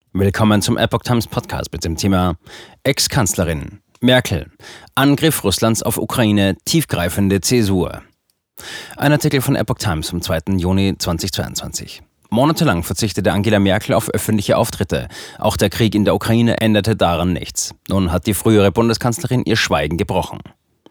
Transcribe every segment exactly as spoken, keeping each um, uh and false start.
Willkommen zum Epoch Times Podcast mit dem Thema Ex-Kanzlerin Merkel. Angriff Russlands auf Ukraine, tiefgreifende Zäsur. Ein Artikel von Epoch Times vom zweiten Juni zweitausendzweiundzwanzig. Monatelang verzichtete Angela Merkel auf öffentliche Auftritte. Auch der Krieg in der Ukraine änderte daran nichts. Nun hat die frühere Bundeskanzlerin ihr Schweigen gebrochen.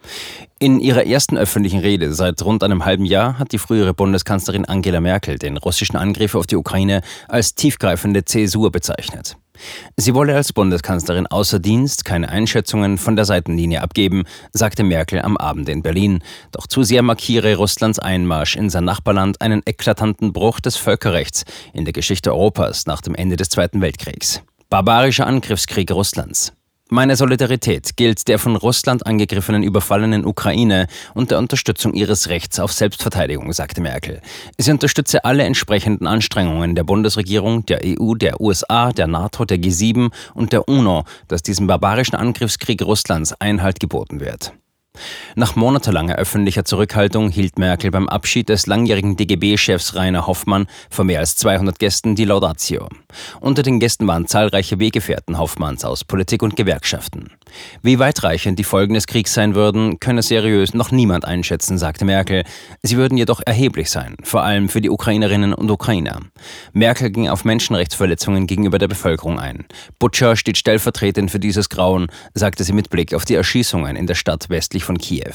In ihrer ersten öffentlichen Rede seit rund einem halben Jahr hat die frühere Bundeskanzlerin Angela Merkel den russischen Angriff auf die Ukraine als tiefgreifende Zäsur bezeichnet. Sie wolle als Bundeskanzlerin außer Dienst keine Einschätzungen von der Seitenlinie abgeben, sagte Merkel am Abend in Berlin. Doch zu sehr markiere Russlands Einmarsch in sein Nachbarland einen eklatanten Bruch des Völkerrechts in der Geschichte Europas nach dem Ende des Zweiten Weltkriegs. Barbarischer Angriffskrieg Russlands. Meine Solidarität gilt der von Russland angegriffenen überfallenen Ukraine und der Unterstützung ihres Rechts auf Selbstverteidigung, sagte Merkel. Sie unterstütze alle entsprechenden Anstrengungen der Bundesregierung, der E U, der U S A, der NATO, der G sieben und der UNO, dass diesem barbarischen Angriffskrieg Russlands Einhalt geboten wird. Nach monatelanger öffentlicher Zurückhaltung hielt Merkel beim Abschied des langjährigen D G B-Chefs Rainer Hoffmann vor mehr als zweihundert Gästen die Laudatio. Unter den Gästen waren zahlreiche Weggefährten Hoffmanns aus Politik und Gewerkschaften. Wie weitreichend die Folgen des Kriegs sein würden, könne seriös noch niemand einschätzen, sagte Merkel. Sie würden jedoch erheblich sein, vor allem für die Ukrainerinnen und Ukrainer. Merkel ging auf Menschenrechtsverletzungen gegenüber der Bevölkerung ein. Butscha steht stellvertretend für dieses Grauen, sagte sie mit Blick auf die Erschießungen in der Stadt westlich von Kiew.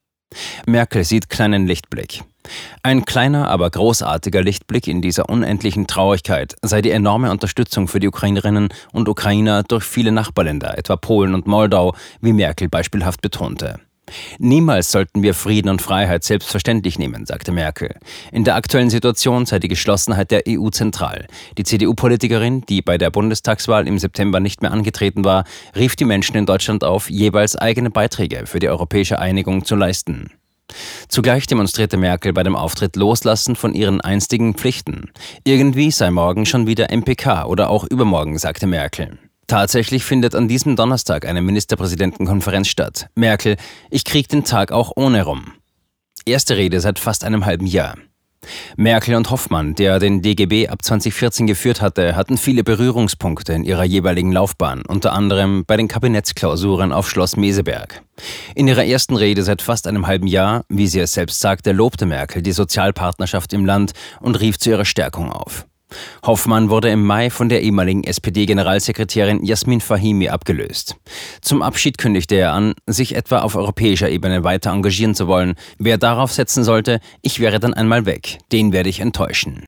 Merkel sieht kleinen Lichtblick. Ein kleiner, aber großartiger Lichtblick in dieser unendlichen Traurigkeit sei die enorme Unterstützung für die Ukrainerinnen und Ukrainer durch viele Nachbarländer, etwa Polen und Moldau, wie Merkel beispielhaft betonte. Niemals sollten wir Frieden und Freiheit selbstverständlich nehmen, sagte Merkel. In der aktuellen Situation sei die Geschlossenheit der E U zentral. Die C D U-Politikerin, die bei der Bundestagswahl im September nicht mehr angetreten war, rief die Menschen in Deutschland auf, jeweils eigene Beiträge für die europäische Einigung zu leisten. Zugleich demonstrierte Merkel bei dem Auftritt Loslassen von ihren einstigen Pflichten. Irgendwie sei morgen schon wieder M P K oder auch übermorgen, sagte Merkel. Tatsächlich findet an diesem Donnerstag eine Ministerpräsidentenkonferenz statt. Merkel, ich krieg den Tag auch ohne rum. Erste Rede seit fast einem halben Jahr. Merkel und Hoffmann, der den D G B ab zweitausendvierzehn geführt hatte, hatten viele Berührungspunkte in ihrer jeweiligen Laufbahn, unter anderem bei den Kabinettsklausuren auf Schloss Meseberg. In ihrer ersten Rede seit fast einem halben Jahr, wie sie es selbst sagte, lobte Merkel die Sozialpartnerschaft im Land und rief zu ihrer Stärkung auf. Hoffmann wurde im Mai von der ehemaligen S P D-Generalsekretärin Jasmin Fahimi abgelöst. Zum Abschied kündigte er an, sich etwa auf europäischer Ebene weiter engagieren zu wollen. Wer darauf setzen sollte, ich wäre dann einmal weg, den werde ich enttäuschen.